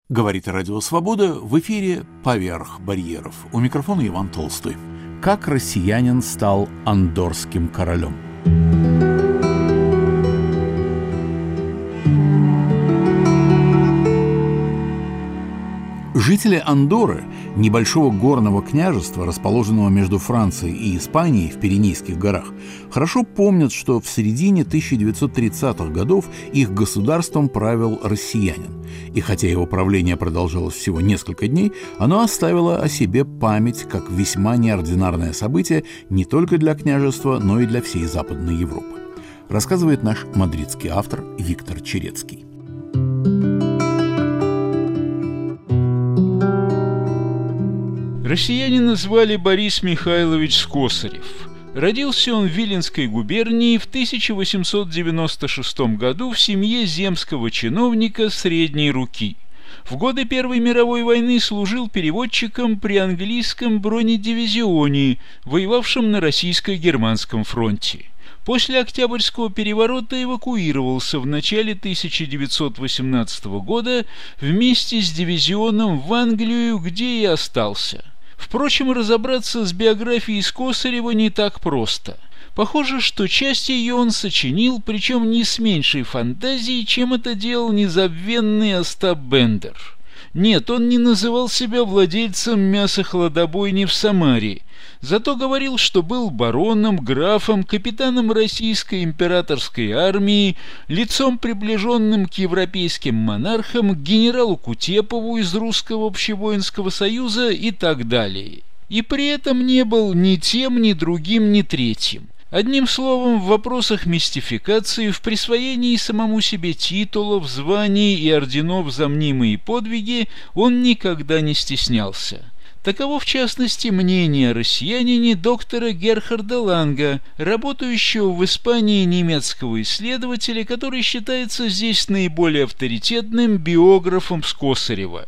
Говорит Радио Свобода, в эфире «Поверх барьеров». У микрофона Иван Толстой. Как россиянин стал андоррским королем? Жители Андорры, небольшого горного княжества, расположенного между Францией и Испанией в Пиренейских горах, хорошо помнят, что в середине 1930-х годов их государством правил россиянин. И хотя его правление продолжалось всего несколько дней, оно оставило о себе память как весьма неординарное событие не только для княжества, но и для всей Западной Европы. Рассказывает наш мадридский автор Виктор Черецкий. Россиянина звали Борис Михайлович Скосарев. Родился он в Виленской губернии в 1896 году в семье земского чиновника средней руки. В годы Первой мировой войны служил переводчиком при английском бронедивизионе, воевавшем на российско-германском фронте. После Октябрьского переворота эвакуировался в начале 1918 года вместе с дивизионом в Англию, где и остался. Впрочем, разобраться с биографией Скосарева не так просто. Похоже, что часть ее он сочинил, причем не с меньшей фантазией, чем это делал незабвенный Остап Бендер. Нет, он не называл себя владельцем мясохладобойни в Самаре, зато говорил, что был бароном, графом, капитаном российской императорской армии, лицом, приближенным к европейским монархам, к генералу Кутепову из Русского общевоинского союза и так далее. И при этом не был ни тем, ни другим, ни третьим. Одним словом, в вопросах мистификации, в присвоении самому себе титулов, званий и орденов за мнимые подвиги он никогда не стеснялся. Таково, в частности, мнение о россиянине доктора Герхарда Ланга, работающего в Испании немецкого исследователя, который считается здесь наиболее авторитетным биографом Скосарева.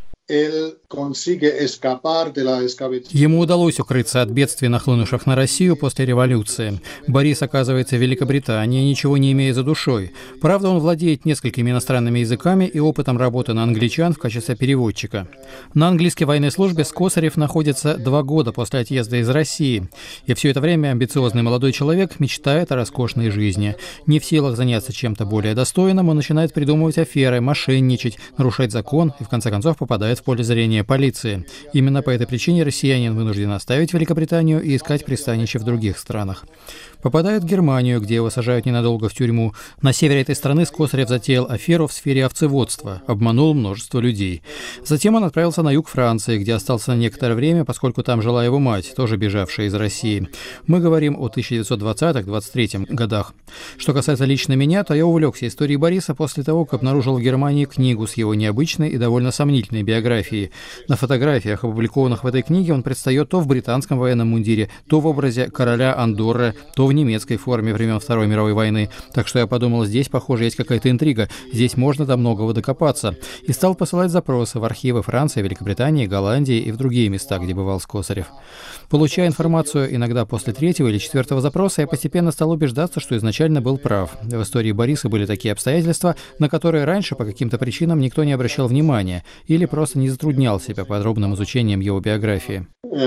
Ему удалось укрыться от бедствий, нахлынувших на Россию после революции. Борис оказывается в Великобритании, ничего не имея за душой. Правда, он владеет несколькими иностранными языками и опытом работы на англичан в качестве переводчика. На английской военной службе Скосарев находится 2 года после отъезда из России. И все это время амбициозный молодой человек мечтает о роскошной жизни. Не в силах заняться чем-то более достойным, он начинает придумывать аферы, мошенничать, нарушать закон и в конце концов попадает в поле зрения полиции. Именно по этой причине россиянин вынужден оставить Великобританию и искать пристанище в других странах. Попадает в Германию, где его сажают ненадолго в тюрьму. На севере этой страны Скосарев затеял аферу в сфере овцеводства, обманул множество людей. Затем он отправился на юг Франции, где остался на некоторое время, поскольку там жила его мать, тоже бежавшая из России. Мы говорим о 1920-23 годах. Что касается лично меня, то я увлекся историей Бориса после того, как обнаружил в Германии книгу с его необычной и довольно сомнительной биографией. На фотографиях, опубликованных в этой книге, он предстает то в британском военном мундире, то в образе короля Андорры, то в немецкой форме времен Второй мировой войны. Так что я подумал, здесь, похоже, есть какая-то интрига, здесь можно до многого докопаться. И стал посылать запросы в архивы Франции, Великобритании, Голландии и в другие места, где бывал Скосарев. Получая информацию иногда после 3-го или 4-го запроса, я постепенно стал убеждаться, что изначально был прав. В истории Бориса были такие обстоятельства, на которые раньше по каким-то причинам никто не обращал внимания или просто не затруднял себя подробным изучением его биографии.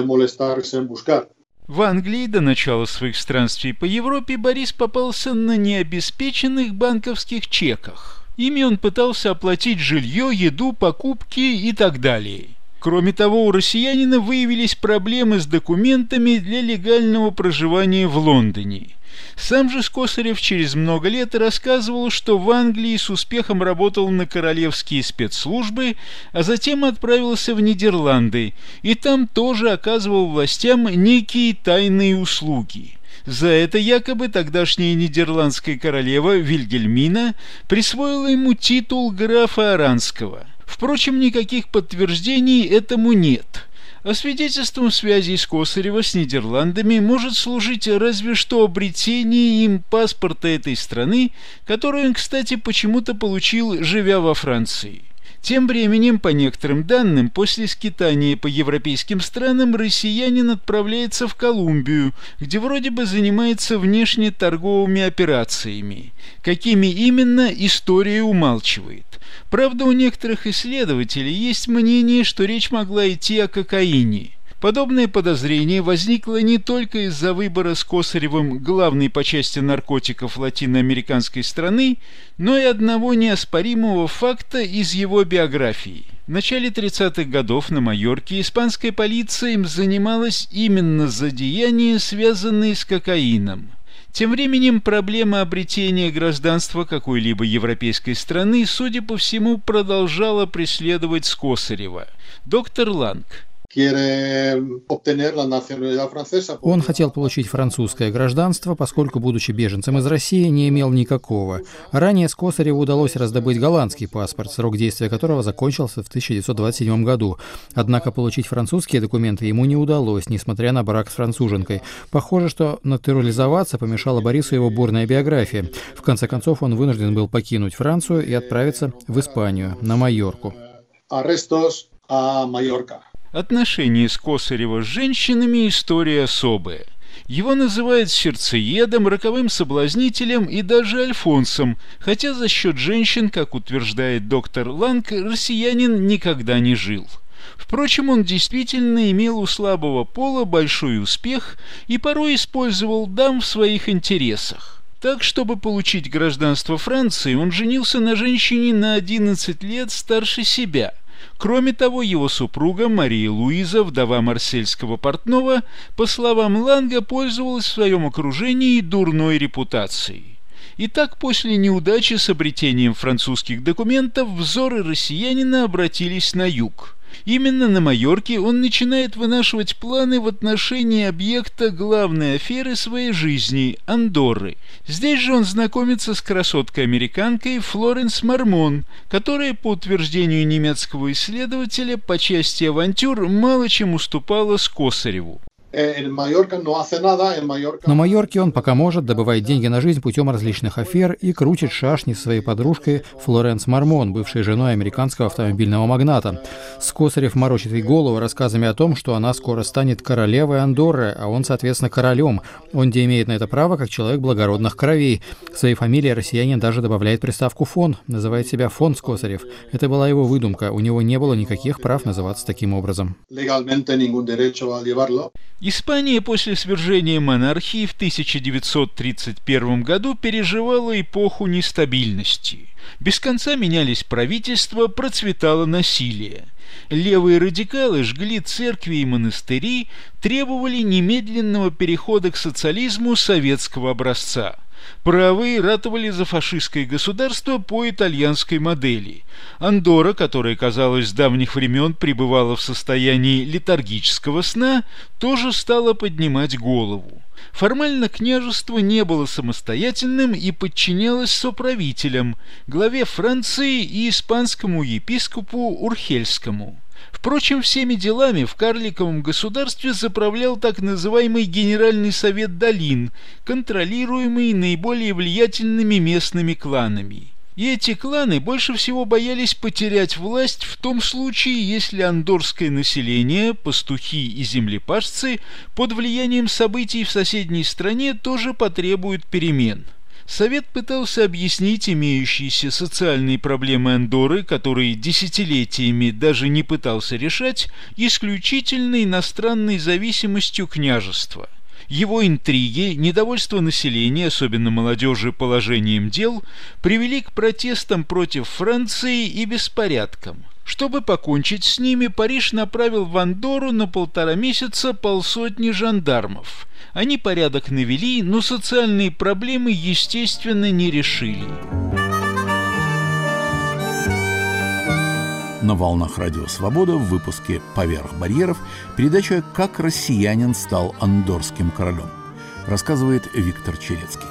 В Англии до начала своих странствий по Европе Борис попался на необеспеченных банковских чеках. Ими он пытался оплатить жилье, еду, покупки и так далее. Кроме того, у россиянина выявились проблемы с документами для легального проживания в Лондоне. Сам же Скосарев через много лет рассказывал, что в Англии с успехом работал на королевские спецслужбы, а затем отправился в Нидерланды, и там тоже оказывал властям некие тайные услуги. За это якобы тогдашняя нидерландская королева Вильгельмина присвоила ему титул графа Аранского. Впрочем, никаких подтверждений этому нет. А свидетельством связи Скосарева с Нидерландами может служить разве что обретение им паспорта этой страны, который он, кстати, почему-то получил, живя во Франции. Тем временем, по некоторым данным, после скитания по европейским странам россиянин отправляется в Колумбию, где вроде бы занимается внешнеторговыми операциями. Какими именно, история умалчивает. Правда, у некоторых исследователей есть мнение, что речь могла идти о кокаине. Подобное подозрение возникло не только из-за выбора с Косаревым главной по части наркотиков латиноамериканской страны, но и одного неоспоримого факта из его биографии. В начале 30-х годов на Майорке испанская полиция им занималась именно за деяния, связанные с кокаином. Тем временем проблема обретения гражданства какой-либо европейской страны, судя по всему, продолжала преследовать Скосарева. Доктор Ланг. Он хотел получить французское гражданство, поскольку, будучи беженцем из России, не имел никакого. Ранее Скосареву удалось раздобыть голландский паспорт, срок действия которого закончился в 1927 году. Однако получить французские документы ему не удалось, несмотря на брак с француженкой. Похоже, что натурализоваться помешала Борису его бурная биография. В конце концов, он вынужден был покинуть Францию и отправиться в Испанию, на Майорку. Отношения Скосарева с женщинами – история особая. Его называют сердцеедом, роковым соблазнителем и даже альфонсом, хотя за счет женщин, как утверждает доктор Ланг, россиянин никогда не жил. Впрочем, он действительно имел у слабого пола большой успех и порой использовал дам в своих интересах. Так, чтобы получить гражданство Франции, он женился на женщине на 11 лет старше себя. Кроме того, его супруга Мария Луиза, вдова марсельского портного, по словам Ланга, пользовалась в своем окружении дурной репутацией. Итак, после неудачи с обретением французских документов взоры россиянина обратились на юг. Именно на Майорке он начинает вынашивать планы в отношении объекта главной аферы своей жизни – Андорры. Здесь же он знакомится с красоткой-американкой Флоренс Мармон, которая, по утверждению немецкого исследователя, по части авантюр мало чем уступала Скосареву. На Майорке он, пока может, добывает деньги на жизнь путем различных афер и крутит шашни со своей подружкой Флоренс Мармон, бывшей женой американского автомобильного магната. Скосарев морочит ей голову рассказами о том, что она скоро станет королевой Андорры, а он, соответственно, королем. Он где имеет на это право, как человек благородных кровей. В своей фамилии россиянин даже добавляет приставку «фон», называет себя фон Скосарев. Это была его выдумка, у него не было никаких прав называться таким образом. Испания после свержения монархии в 1931 году переживала эпоху нестабильности. Без конца менялись правительства, процветало насилие. Левые радикалы жгли церкви и монастыри, требовали немедленного перехода к социализму советского образца. Правые ратовали за фашистское государство по итальянской модели. Андорра, которая, казалось, с давних времен пребывала в состоянии летаргического сна, тоже стала поднимать голову. Формально княжество не было самостоятельным и подчинялось соправителям, главе Франции и испанскому епископу Урхельскому. Впрочем, всеми делами в карликовом государстве заправлял так называемый Генеральный совет долин, контролируемый наиболее влиятельными местными кланами. И эти кланы больше всего боялись потерять власть в том случае, если андоррское население, пастухи и землепашцы, под влиянием событий в соседней стране тоже потребуют перемен. Совет пытался объяснить имеющиеся социальные проблемы Андорры, которые десятилетиями даже не пытался решать, исключительно иностранной зависимостью княжества. Его интриги, недовольство населения, особенно молодежи, положением дел, привели к протестам против Франции и беспорядкам. Чтобы покончить с ними, Париж направил в Андорру на 1,5 месяца 500 жандармов. Они порядок навели, но социальные проблемы, естественно, не решили. На волнах Радио Свобода в выпуске «Поверх барьеров» передача «Как россиянин стал андоррским королем». Рассказывает Виктор Черецкий.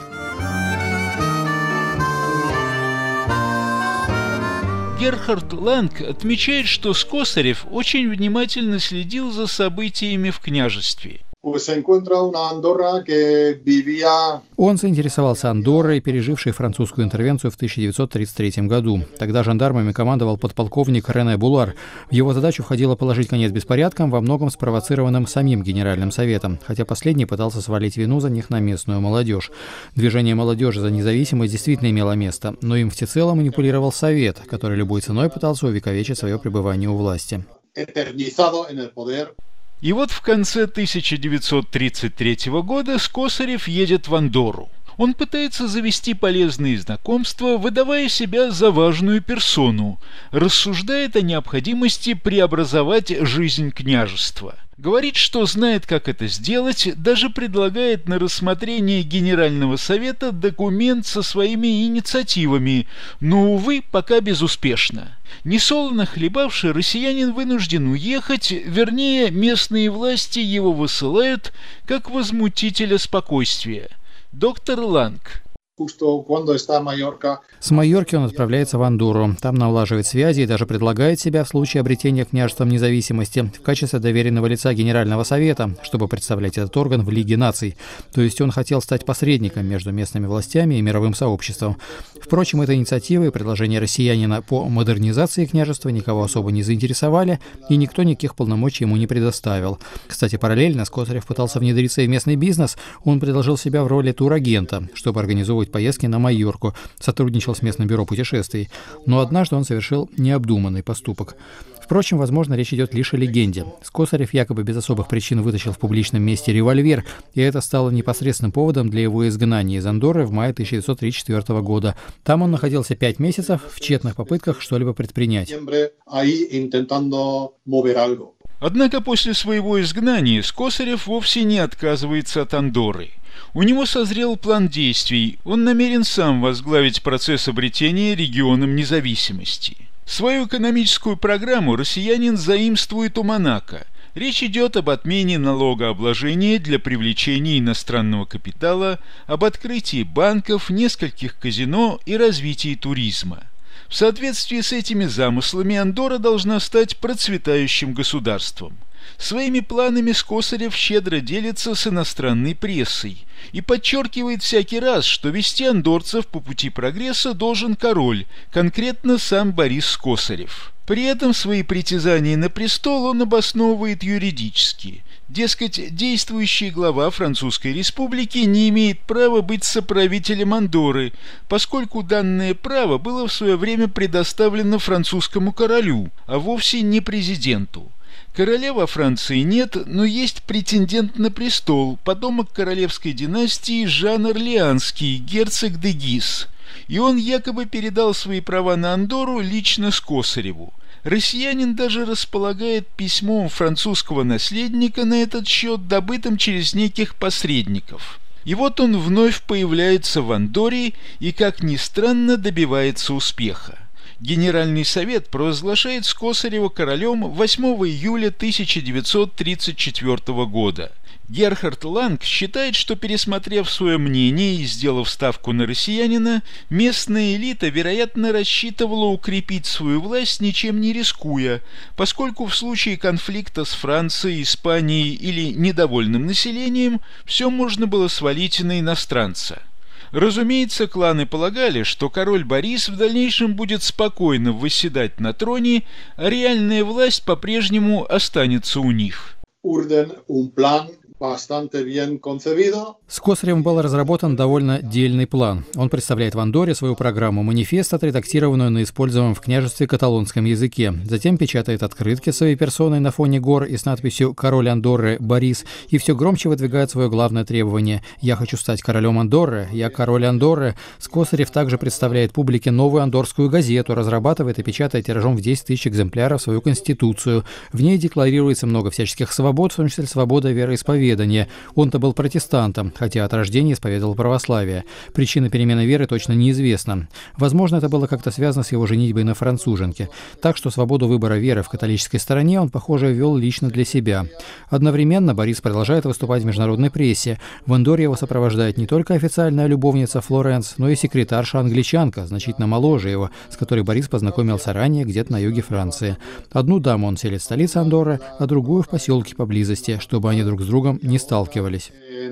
Герхард Ланг отмечает, что Скосарев очень внимательно следил за событиями в княжестве. Он заинтересовался Андоррой, пережившей французскую интервенцию в 1933 году. Тогда жандармами командовал подполковник Рене Булар. В его задачу входило положить конец беспорядкам, во многом спровоцированным самим Генеральным Советом, хотя последний пытался свалить вину за них на местную молодежь. Движение молодежи за независимость действительно имело место, но им всецело манипулировал Совет, который любой ценой пытался увековечить свое пребывание у власти. И вот в конце 1933 года Скосарев едет в Андорру. Он пытается завести полезные знакомства, выдавая себя за важную персону, рассуждает о необходимости преобразовать жизнь княжества. Говорит, что знает, как это сделать, даже предлагает на рассмотрение Генерального Совета документ со своими инициативами, но, увы, пока безуспешно. Несолоно хлебавший, россиянин вынужден уехать, вернее, местные власти его высылают как возмутителя спокойствия. Доктор Ланг. С Майорки он отправляется в Андорру. Там налаживает связи и даже предлагает себя в случае обретения княжеством независимости в качестве доверенного лица Генерального Совета, чтобы представлять этот орган в Лиге наций. То есть он хотел стать посредником между местными властями и мировым сообществом. Впрочем, эта инициатива и предложение россиянина по модернизации княжества никого особо не заинтересовали, и никто никаких полномочий ему не предоставил. Кстати, параллельно Скосарев пытался внедриться и в местный бизнес. Он предложил себя в роли турагента, чтобы организовывать поездки на Майорку, сотрудничал с местным бюро путешествий. Но однажды он совершил необдуманный поступок. Впрочем, возможно, речь идет лишь о легенде. Скосарев якобы без особых причин вытащил в публичном месте револьвер, и это стало непосредственным поводом для его изгнания из Андорры в мае 1934 года. Там он находился 5 месяцев в тщетных попытках что-либо предпринять. Однако после своего изгнания Скосарев вовсе не отказывается от Андорры. У него созрел план действий, он намерен сам возглавить процесс обретения регионом независимости. Свою экономическую программу россиянин заимствует у Монако. Речь идет об отмене налогообложения для привлечения иностранного капитала, об открытии банков, нескольких казино и развитии туризма. В соответствии с этими замыслами Андорра должна стать процветающим государством. Своими планами Скосарев щедро делится с иностранной прессой и подчеркивает всякий раз, что вести андорцев по пути прогресса должен король, конкретно сам Борис Скосарев. При этом свои притязания на престол он обосновывает юридически. Дескать, действующий глава Французской Республики не имеет права быть соправителем Андорры, поскольку данное право было в свое время предоставлено французскому королю, а вовсе не президенту. Короля во Франции нет, но есть претендент на престол, потомок королевской династии Жан Орлеанский, герцог де Гиз. И он якобы передал свои права на Андорру лично Скосареву. Россиянин даже располагает письмом французского наследника на этот счет, добытым через неких посредников. И вот он вновь появляется в Андорре и, как ни странно, добивается успеха. Генеральный совет провозглашает Скосарева королем 8 июля 1934 года. Герхард Ланг считает, что, пересмотрев свое мнение и сделав ставку на россиянина, местная элита, вероятно, рассчитывала укрепить свою власть, ничем не рискуя, поскольку в случае конфликта с Францией, Испанией или недовольным населением все можно было свалить на иностранца. Разумеется, кланы полагали, что король Борис в дальнейшем будет спокойно восседать на троне, а реальная власть по-прежнему останется у них. С Косаревым был разработан довольно дельный план. Он представляет в Андорре свою программу «Манифест», отредактированную на используемом в княжестве каталонском языке. Затем печатает открытки своей персоной на фоне гор и с надписью «Король Андорры Борис», и все громче выдвигает свое главное требование: «Я хочу стать королем Андорры, я король Андорры». Скосарев также представляет публике новую андоррскую газету, разрабатывает и печатает тиражом в 10 тысяч экземпляров свою конституцию. В ней декларируется много всяческих свобод, в том числе свобода вероисповедания. Он-то был протестантом, хотя от рождения исповедовал православие. Причина перемены веры точно неизвестна. Возможно, это было как-то связано с его женитьбой на француженке. Так что свободу выбора веры в католической стороне он, похоже, ввел лично для себя. Одновременно Борис продолжает выступать в международной прессе. В Андорре его сопровождает не только официальная любовница Флоренс, но и секретарша-англичанка, значительно моложе его, с которой Борис познакомился ранее где-то на юге Франции. Одну даму он селит в столице Андорры, а другую в поселке поблизости, чтобы они друг с другом Скосаревым не сталкивались.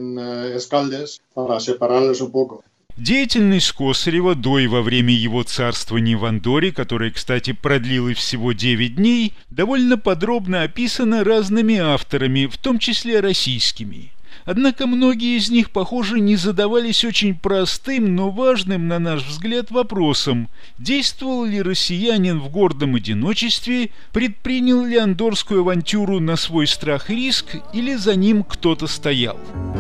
Деятельность Скосарева до и во время его царствования в Андорре, которое, кстати, продлилось всего 9 дней, довольно подробно описана разными авторами, в том числе российскими. Однако многие из них, похоже, не задавались очень простым, но важным, на наш взгляд, вопросом: действовал ли россиянин в гордом одиночестве, предпринял ли андоррскую авантюру на свой страх и риск, или за ним кто-то стоял.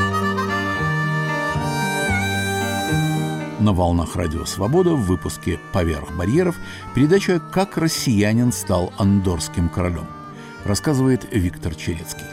На волнах Радио Свобода в выпуске «Поверх барьеров» передача «Как россиянин стал андоррским королем». Рассказывает Виктор Черецкий.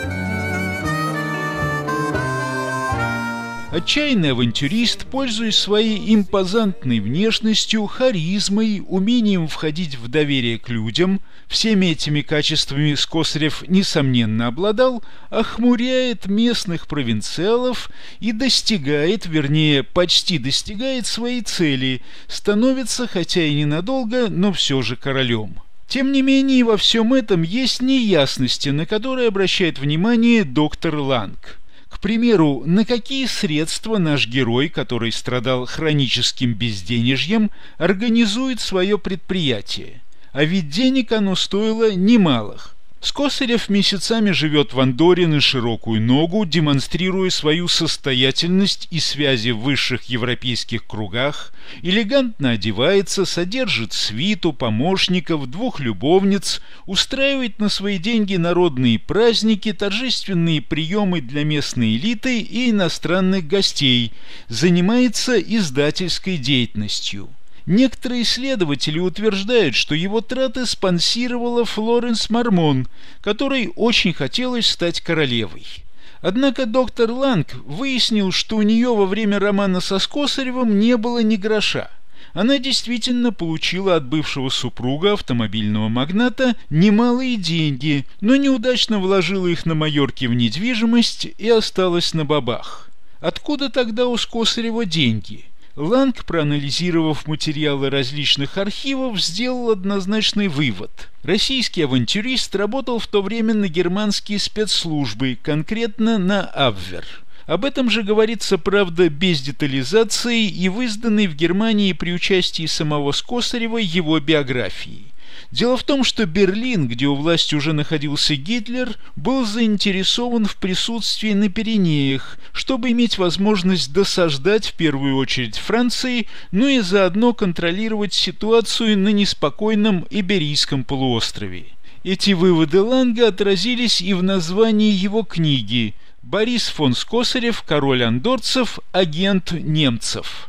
Отчаянный авантюрист, пользуясь своей импозантной внешностью, харизмой, умением входить в доверие к людям, всеми этими качествами Скосарев, несомненно, обладал, охмуряет местных провинциалов и достигает, вернее, почти достигает своей цели, становится, хотя и ненадолго, но все же королем. Тем не менее, во всем этом есть неясности, на которые обращает внимание доктор Ланг. К примеру, на какие средства наш герой, который страдал хроническим безденежьем, организует свое предприятие? А ведь денег оно стоило немалых. Скосарев месяцами живет в Андорре на широкую ногу, демонстрируя свою состоятельность и связи в высших европейских кругах, элегантно одевается, содержит свиту, помощников, 2 любовниц, устраивает на свои деньги народные праздники, торжественные приемы для местной элиты и иностранных гостей, занимается издательской деятельностью. Некоторые исследователи утверждают, что его траты спонсировала Флоренс Мормон, которой очень хотелось стать королевой. Однако доктор Ланг выяснил, что у нее во время романа со Скосаревым не было ни гроша. Она действительно получила от бывшего супруга, автомобильного магната, немалые деньги, но неудачно вложила их на Майорке в недвижимость и осталась на бабах. Откуда тогда у Скосарева деньги? Ланг, проанализировав материалы различных архивов, сделал однозначный вывод. Российский авантюрист работал в то время на германские спецслужбы, конкретно на Абвер. Об этом же говорится, правда, без детализации и в изданной в Германии при участии самого Скосарева его биографии. Дело в том, что Берлин, где у власти уже находился Гитлер, был заинтересован в присутствии на Пиренеях, чтобы иметь возможность досаждать в первую очередь Франции, но и заодно контролировать ситуацию на неспокойном Иберийском полуострове. Эти выводы Ланга отразились и в названии его книги «Борис фон Скосарев, король андорцев, агент немцев».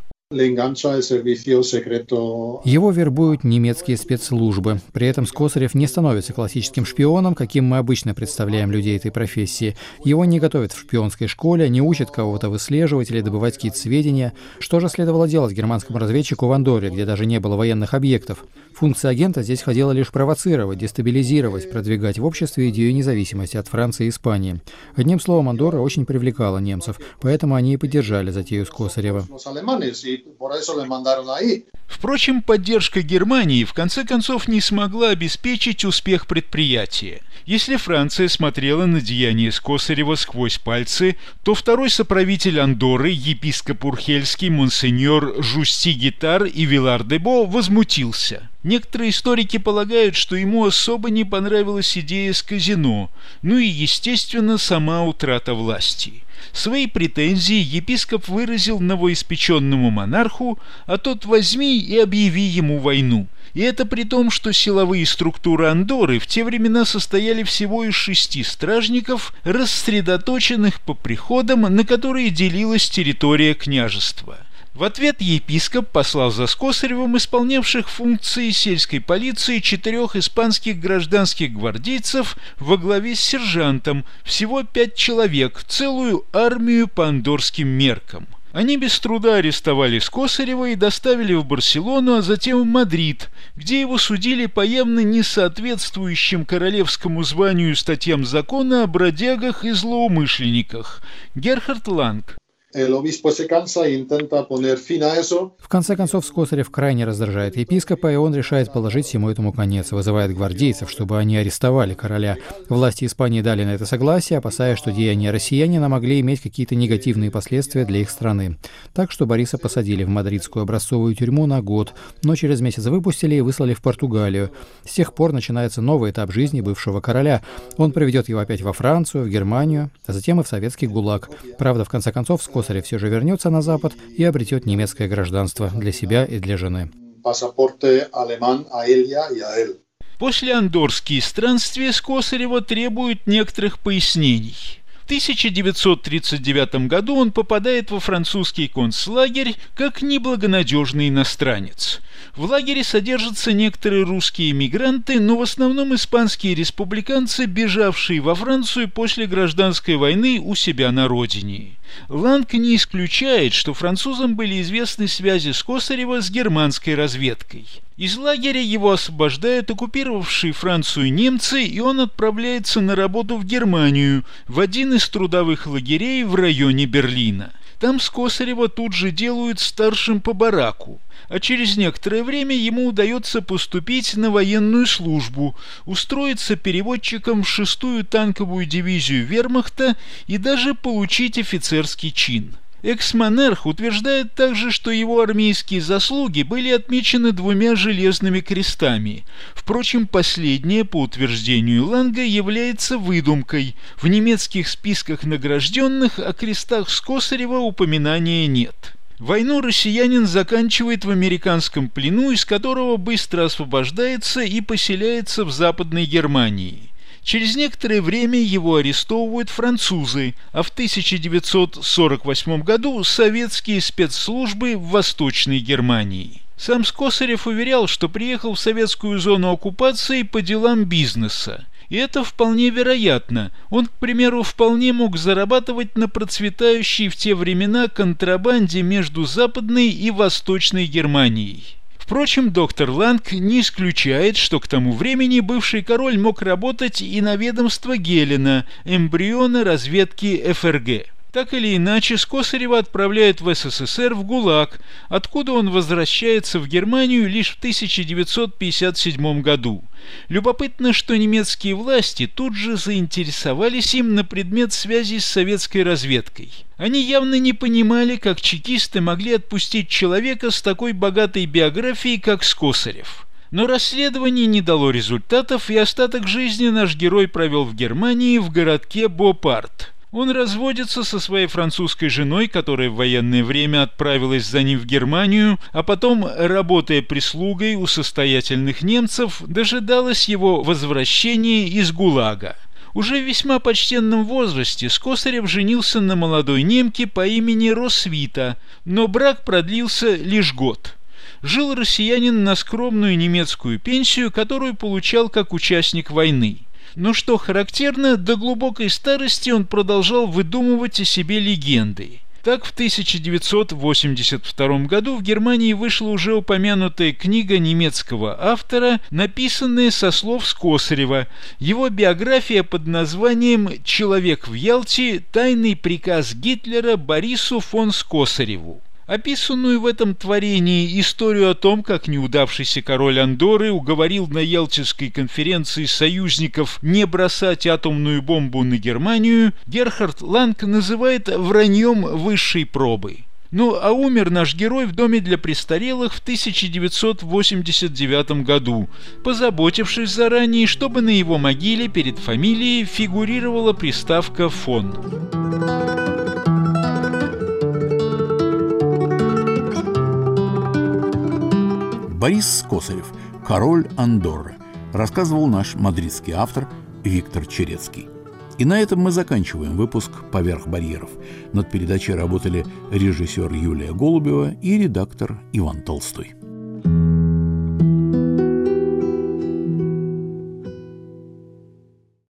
Его вербуют немецкие спецслужбы. При этом Скосарев не становится классическим шпионом, каким мы обычно представляем людей этой профессии. Его не готовят в шпионской школе, не учат кого-то выслеживать или добывать какие-то сведения. Что же следовало делать германскому разведчику в Андорре, где даже не было военных объектов? Функция агента здесь ходила лишь провоцировать, дестабилизировать, продвигать в обществе идею независимости от Франции и Испании. Одним словом, Андорра очень привлекала немцев, поэтому они и поддержали затею Скосарева. Впрочем, поддержка Германии в конце концов не смогла обеспечить успех предприятия. Если Франция смотрела на деяния Скосарева сквозь пальцы, то второй соправитель Андорры, епископ Урхельский монсеньор Жюсти Гитар и Вилар де Бо, возмутился. Некоторые историки полагают, что ему особо не понравилась идея с казино, ну и, естественно, сама утрата власти. Свои претензии епископ выразил новоиспеченному монарху, а тот возьми и объяви ему войну. И это при том, что силовые структуры Андорры в те времена состояли всего из 6 стражников, рассредоточенных по приходам, на которые делилась территория княжества. В ответ епископ послал за Скосаревым исполнявших функции сельской полиции 4 испанских гражданских гвардейцев во главе с сержантом, всего 5 человек, целую армию по андоррским меркам. Они без труда арестовали Скосарева и доставили в Барселону, а затем в Мадрид, где его судили по явно несоответствующим королевскому званию статьям закона о бродягах и злоумышленниках. Герхард Ланг. В конце концов, Скосарев крайне раздражает епископа, и он решает положить всему этому конец, вызывает гвардейцев, чтобы они арестовали короля. Власти Испании дали на это согласие, опасаясь, что деяния россиянина могли иметь какие-то негативные последствия для их страны. Так что Бориса посадили в мадридскую образцовую тюрьму на год, но через месяц выпустили и выслали в Португалию. С тех пор начинается новый этап жизни бывшего короля. Он приведет его опять во Францию, в Германию, а затем и в советский ГУЛАГ. Правда, в конце концов, Скосарев все же вернется на Запад и обретет немецкое гражданство для себя и для жены. После андоррские странствия Скосарева требуют некоторых пояснений. В 1939 году он попадает во французский концлагерь как неблагонадежный иностранец. В лагере содержатся некоторые русские эмигранты, но в основном испанские республиканцы, бежавшие во Францию после гражданской войны у себя на родине. Ланг не исключает, что французам были известны связи Скосарева с германской разведкой. Из лагеря его освобождают оккупировавшие Францию немцы, и он отправляется на работу в Германию, в один из трудовых лагерей в районе Берлина. Там Скосарева тут же делают старшим по бараку, а через некоторое время ему удается поступить на военную службу, устроиться переводчиком в 6-ю танковую дивизию вермахта и даже получить офицерский чин. Экс-монарх утверждает также, что его армейские заслуги были отмечены 2 железными крестами. Впрочем, последнее, по утверждению Ланга, является выдумкой. В немецких списках награжденных о крестах Скосарева упоминания нет. Войну россиянин заканчивает в американском плену, из которого быстро освобождается и поселяется в Западной Германии. Через некоторое время его арестовывают французы, а в 1948 году советские спецслужбы в Восточной Германии. Сам Скосарев уверял, что приехал в советскую зону оккупации по делам бизнеса. И это вполне вероятно. Он, к примеру, вполне мог зарабатывать на процветающей в те времена контрабанде между Западной и Восточной Германией. Впрочем, доктор Ланг не исключает, что к тому времени бывший король мог работать и на ведомство Гелена, эмбриона разведки ФРГ. Так или иначе, Скосарева отправляют в СССР в ГУЛАГ, откуда он возвращается в Германию лишь в 1957 году. Любопытно, что немецкие власти тут же заинтересовались им на предмет связи с советской разведкой. Они явно не понимали, как чекисты могли отпустить человека с такой богатой биографией, как Скосарев. Но расследование не дало результатов, и остаток жизни наш герой провел в Германии в городке Бопарт. Он разводится со своей французской женой, которая в военное время отправилась за ним в Германию, а потом, работая прислугой у состоятельных немцев, дожидалась его возвращения из ГУЛАГа. Уже в весьма почтенном возрасте Скосарев женился на молодой немке по имени Росвита, но брак продлился лишь год. Жил россиянин на скромную немецкую пенсию, которую получал как участник войны. Но что характерно, до глубокой старости он продолжал выдумывать о себе легенды. Так, в 1982 году в Германии вышла уже упомянутая книга немецкого автора, написанная со слов Скосарева. Его биография под названием «Человек в Ялте. Тайный приказ Гитлера Борису фон Скосареву». Описанную в этом творении историю о том, как неудавшийся король Андорры уговорил на Ялтинской конференции союзников не бросать атомную бомбу на Германию, Герхард Ланг называет враньем высшей пробы. Ну а умер наш герой в доме для престарелых в 1989 году, позаботившись заранее, чтобы на его могиле перед фамилией фигурировала приставка «фон». Борис Скосарев, король Андорры, рассказывал наш мадридский автор Виктор Черецкий. И на этом мы заканчиваем выпуск «Поверх барьеров». Над передачей работали режиссер Юлия Голубева и редактор Иван Толстой.